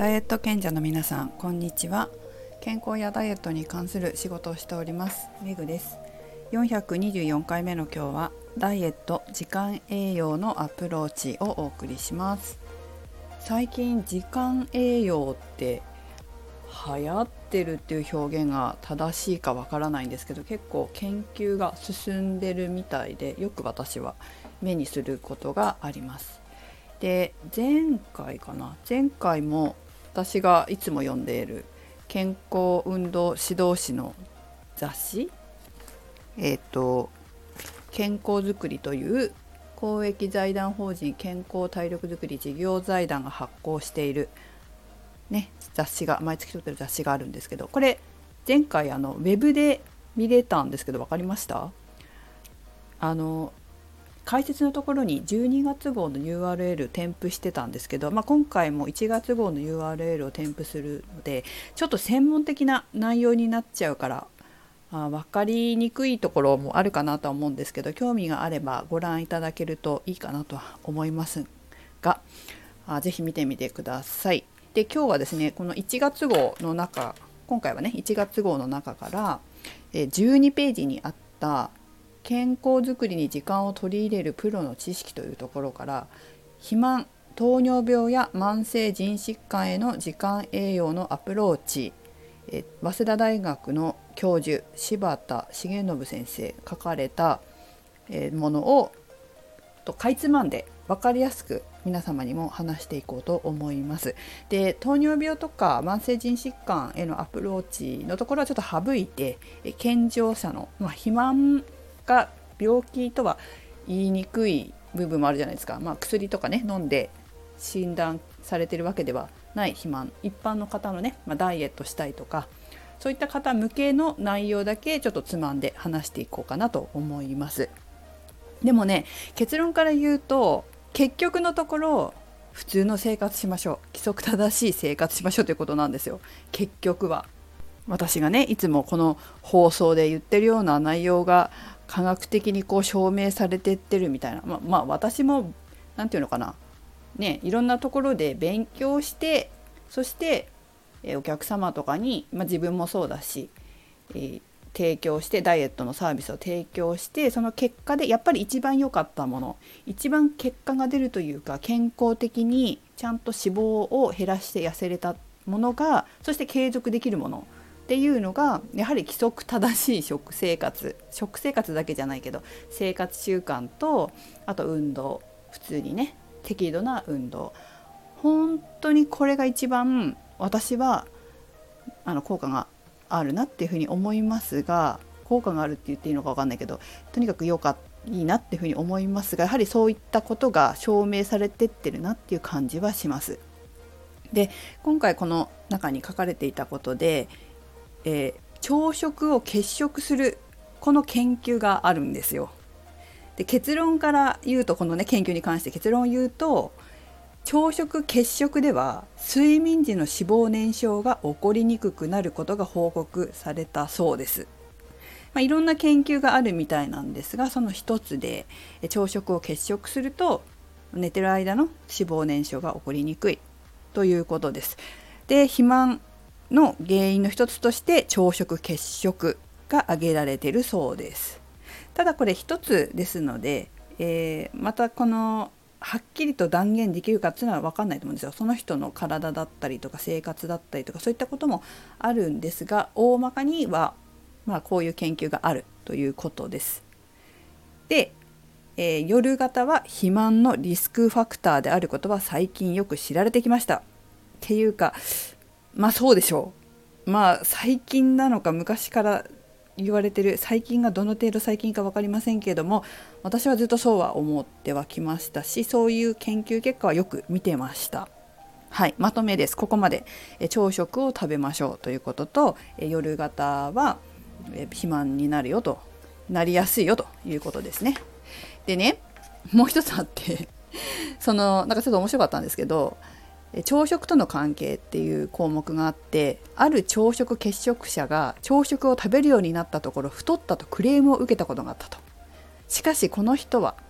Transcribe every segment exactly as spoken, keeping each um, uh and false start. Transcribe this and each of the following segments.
ダイエット賢者の皆さん、こんにちは。健康やダイエットに関する仕事をしておりますメグです。よんひゃくにじゅうよんかいめの今日はダイエット時間栄養のアプローチをお送りします。最近時間栄養って流行ってるっていう表現が正しいかわからないんですけど、結構研究が進んでるみたいで、よく私は目にすることがあります。で、前回かな前回も私がいつも読んでいる健康運動指導士の雑誌、えっと健康づくりという公益財団法人健康体力づくり事業財団が発行している、ね、雑誌が毎月撮ってる雑誌があるんですけど、これ前回あのウェブで見れたんですけど、分かりました？あの解説のところにじゅうにがつ号の ユーアールエル 添付してたんですけど、まあ、今回もいちがつ号の ユーアールエル を添付するので、ちょっと専門的な内容になっちゃうからあ分かりにくいところもあるかなとは思うんですけど、興味があればご覧いただけるといいかなとは思いますが、あぜひ見てみてください。で、今日はですね、このいちがつ号の中、今回はねいちがつ号の中からじゅうにページにあった健康づくりに時間を取り入れるプロの知識というところから、肥満、糖尿病や慢性腎疾患への時間栄養のアプローチ、え早稲田大学の教授柴田重信先生書かれたものをとかいつまんで分かりやすく皆様にも話していこうと思います。で、糖尿病とか慢性腎疾患へのアプローチのところはちょっと省いて、健常者の、まあ、肥満が病気とは言いにくい部分もあるじゃないですか。まあ、薬とかね飲んで診断されてるわけではない肥満、一般の方のね、まあ、ダイエットしたいとかそういった方向けの内容だけちょっとつまんで話していこうかなと思います。でもね、結論から言うと結局のところ普通の生活しましょう、規則正しい生活しましょうということなんですよ。結局は私がねいつもこの放送で言ってるような内容が科学的にこう証明されてってるみたいな、まあ、まあ私もなんていうのかなね、いろんなところで勉強して、そしてえお客様とかに、まあ、自分もそうだし、えー、提供してダイエットのサービスを提供して、その結果でやっぱり一番良かったもの、一番結果が出るというか健康的にちゃんと脂肪を減らして痩せれたものが、そして継続できるものっていうのがやはり規則正しい食生活食生活だけじゃないけど生活習慣と、あと運動、普通にね適度な運動、本当にこれが一番私はあの効果があるなっていうふうに思いますが、効果があるって言っていいのか分かんないけど、とにかく良かったいいなっていうふうに思いますが、やはりそういったことが証明されてってるなっていう感じはします。で、今回この中に書かれていたことで、えー、朝食を欠食するこの研究があるんですよ。で、結論から言うと、このね研究に関して結論を言うと、朝食欠食では睡眠時の脂肪燃焼が起こりにくくなることが報告されたそうです。まあ、いろんな研究があるみたいなんですが、その一つで朝食を欠食すると寝てる間の脂肪燃焼が起こりにくいということです。で、肥満の原因の一つとして朝食欠食が挙げられているそうです。ただこれ一つですので、えー、またこのはっきりと断言できるかっていうのは分かんないと思うんですよ。その人の体だったりとか生活だったりとかそういったこともあるんですが、大まかにはまあこういう研究があるということです。で、えー、夜型は肥満のリスクファクターであることは最近よく知られてきました。っていうか、まあそうでしょう。まあ最近なのか昔から言われてる、最近がどの程度最近か分かりませんけれども、私はずっとそうは思ってはきましたし、そういう研究結果はよく見てました。はい、まとめです。ここまでえ朝食を食べましょうということと、え夜型はえ肥満になるよとなりやすいよということですね。でね、もう一つあってそのなんかちょっと面白かったんですけど、朝食との関係っていう項目があって、ある朝食欠食者が朝食を食べるようになったところ太ったとクレームを受けたことがあったと。しかしこの人は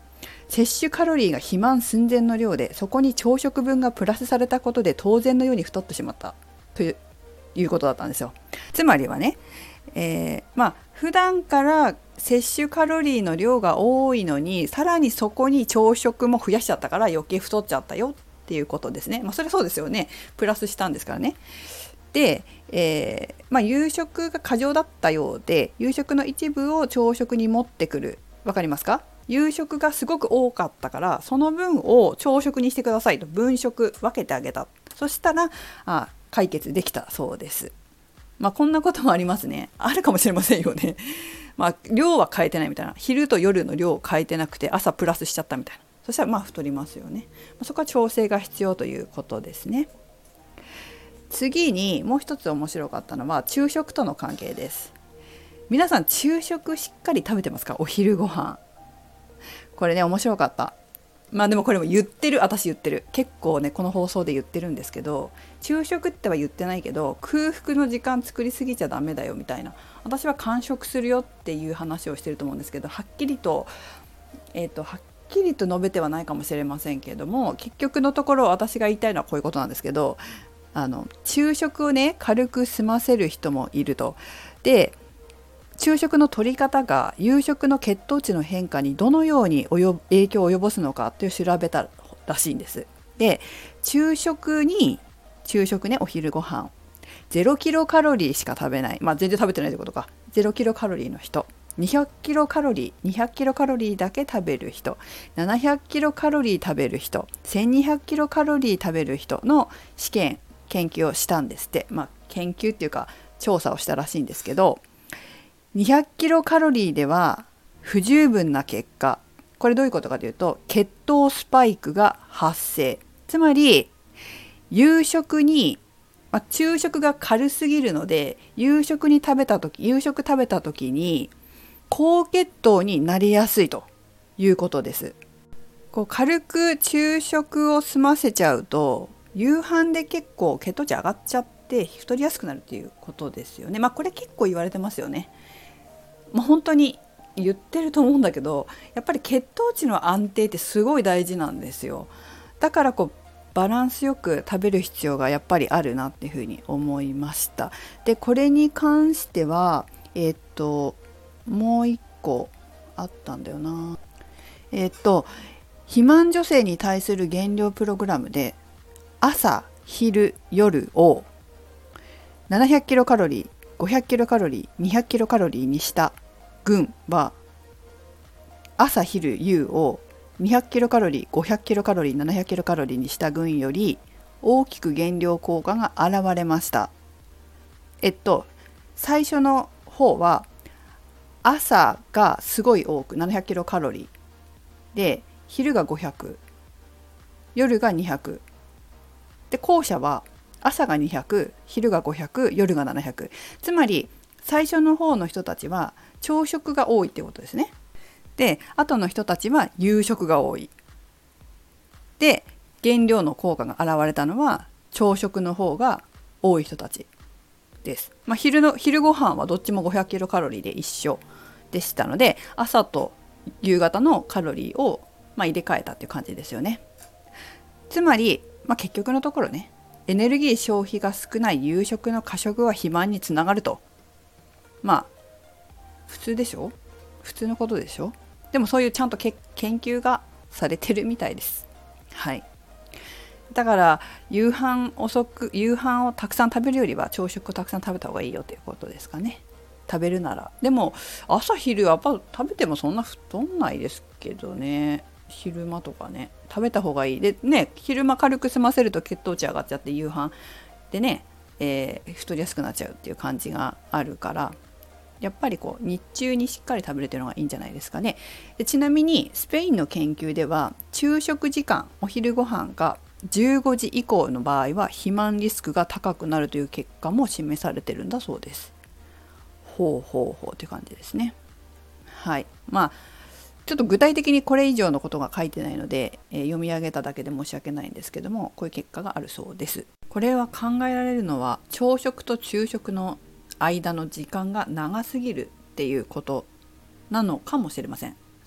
摂取カロリーが肥満寸前の量で、そこに朝食分がプラスされたことで当然のように太ってしまったといういうことだったんですよ。つまりはね、えー、まあ普段から摂取カロリーの量が多いのに、さらにそこに朝食も増やしちゃったから余計太っちゃったよっていうことですね。まあそれそうですよね。プラスしたんですからね。で、えーまあ、夕食が過剰だったようで、夕食の一部を朝食に持ってくる。わかりますか？夕食がすごく多かったから、その分を朝食にしてくださいと分食分けてあげた。そしたらあ解決できたそうです。まあこんなこともありますね。あるかもしれませんよね。まあ量は変えてないみたいな。昼と夜の量を変えてなくて朝プラスしちゃったみたいな。そしたらまあ太りますよね。そこは調整が必要ということですね。次にもう一つ面白かったのは昼食との関係です。皆さん昼食しっかり食べてますか？お昼ご飯。これね面白かった。まあでもこれも言ってる、私言ってる、結構ねこの放送で言ってるんですけど、昼食っては言ってないけど空腹の時間作りすぎちゃダメだよみたいな、私は間食するよっていう話をしてると思うんですけど、はっきりとえっとはっきりと述べてはないかもしれませんけれども、結局のところ私が言いたいのはこういうことなんですけど、あの昼食をね軽く済ませる人もいると。で昼食の取り方が夕食の血糖値の変化にどのように及影響を及ぼすのかという調べたらしいんです。で昼食に昼食ねお昼ご飯ゼロキロカロリーしか食べない、まあ全然食べてないということか、ゼロキロカロリーの人、にひゃくキロカロリーにひゃくキロカロリーだけ食べる人、ななひゃくキロカロリー食べる人、せんにひゃくキロカロリー食べる人の試験研究をしたんですって。まあ研究っていうか調査をしたらしいんですけど、にひゃくキロカロリーでは不十分な結果、これどういうことかというと血糖スパイクが発生。つまり夕食に、まあ、昼食が軽すぎるので夕食に食べた時夕食食べた時に高血糖になりやすいということです。こう軽く昼食を済ませちゃうと夕飯で結構血糖値上がっちゃって太りやすくなるっていうことですよね。まあこれ結構言われてますよね。まあ、本当に言ってると思うんだけど、やっぱり血糖値の安定ってすごい大事なんですよ。だからこうバランスよく食べる必要がやっぱりあるなっていうふうに思いました。でこれに関してはえー、っともう一個あったんだよな。えー、っと肥満女性に対する減量プログラムで朝昼夜をななひゃくキロカロリーごひゃくキロカロリーにひゃくキロカロリーにした群は朝昼夕をにひゃくキロカロリーごひゃくキロカロリーななひゃくキロカロリーにした群より大きく減量効果が現れました。えっと最初の方は朝がすごい多くななひゃくキロカロリーで昼がごひゃく夜がにひゃくで、後者は朝がにひゃく昼がごひゃく夜がななひゃく、つまり最初の方の人たちは朝食が多いってことですね。で後の人たちは夕食が多い。で減量の効果が現れたのは朝食の方が多い人たちです。まあ、昼の昼ご飯はどっちもごひゃくキロカロリーで一緒でしたので、朝と夕方のカロリーをまあ入れ替えたっていう感じですよね。つまり、まあ、結局のところね、エネルギー消費が少ない夕食の過食は肥満につながると。まあ普通でしょ、普通のことでしょ。でもそういうちゃんとけ研究がされてるみたいです。はい。だから夕飯遅く夕飯をたくさん食べるよりは朝食をたくさん食べた方がいいよということですかね。食べるなら。でも朝昼やっぱ食べてもそんな太んないですけどね。昼間とかね食べた方がいいでね。昼間軽く済ませると血糖値上がっちゃって夕飯でね、えー、太りやすくなっちゃうっていう感じがあるから、やっぱりこう日中にしっかり食べるというのがいいんじゃないですかね。でちなみにスペインの研究では昼食時間お昼ご飯がじゅうごじ以降の場合は肥満リスクが高くなるという結果も示されてるんだそうです。ほうほうほうって感じですね。はい。まあちょっと具体的にこれ以上のことが書いてないので、えー、読み上げただけで申し訳ないんですけども、こういう結果があるそうです。これは考えられるのは朝食と昼食の間の時間が長すぎるっていうことなのかもしれません。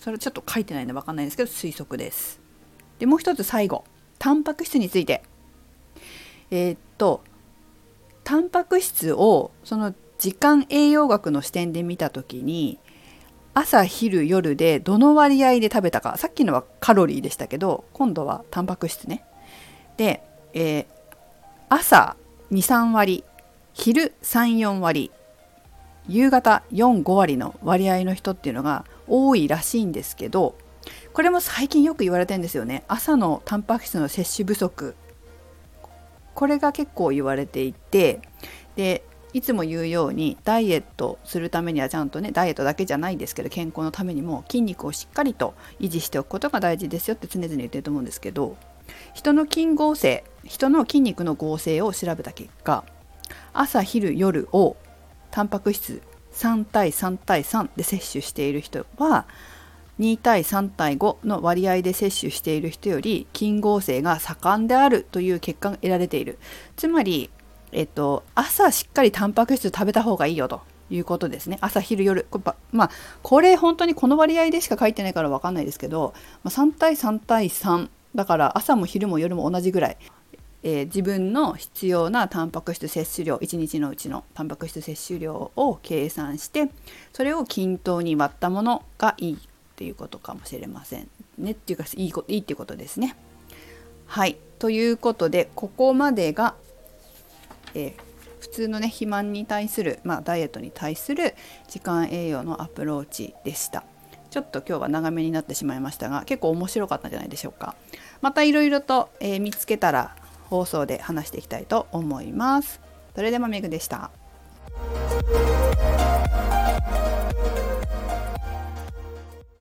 それちょっと書いてないので分かんないんですけど推測です。でもう一つ最後、タンパク質について。えー、っとタンパク質をその時間栄養学の視点で見た時に、朝昼夜でどの割合で食べたか、さっきのはカロリーでしたけど今度はタンパク質ね。で、えー、朝にさん割、昼さんよん割、夕方よんご割の割合の人っていうのが多いらしいんですけど、これも最近よく言われてるんですよね。朝のタンパク質の摂取不足、これが結構言われていて、でいつも言うようにダイエットするためにはちゃんとね、ダイエットだけじゃないですけど健康のためにも筋肉をしっかりと維持しておくことが大事ですよって常々言ってると思うんですけど、人の筋合成、人の筋肉の合成を調べた結果、朝昼夜をタンパク質さん対さん対さんで摂取している人はに対さん対ごの割合で摂取している人より筋合成が盛んであるという結果が得られている。つまりえっと、朝しっかりタンパク質食べた方がいいよということですね。朝昼夜、これ、まあ、これ本当にこの割合でしか書いてないから分かんないですけど、まあ、さん対さん対さんだから朝も昼も夜も同じぐらい、えー、自分の必要なタンパク質摂取量、いちにちのうちのタンパク質摂取量を計算してそれを均等に割ったものがいいっていうことかもしれませんね。っていうかいい、いいっていうことですね。はい、ということでここまでがえー、普通のね肥満に対する、まあ、ダイエットに対する時間栄養のアプローチでした。ちょっと今日は長めになってしまいましたが結構面白かったんじゃないでしょうか。またいろいろと、えー、見つけたら放送で話していきたいと思います。それではめぐでした。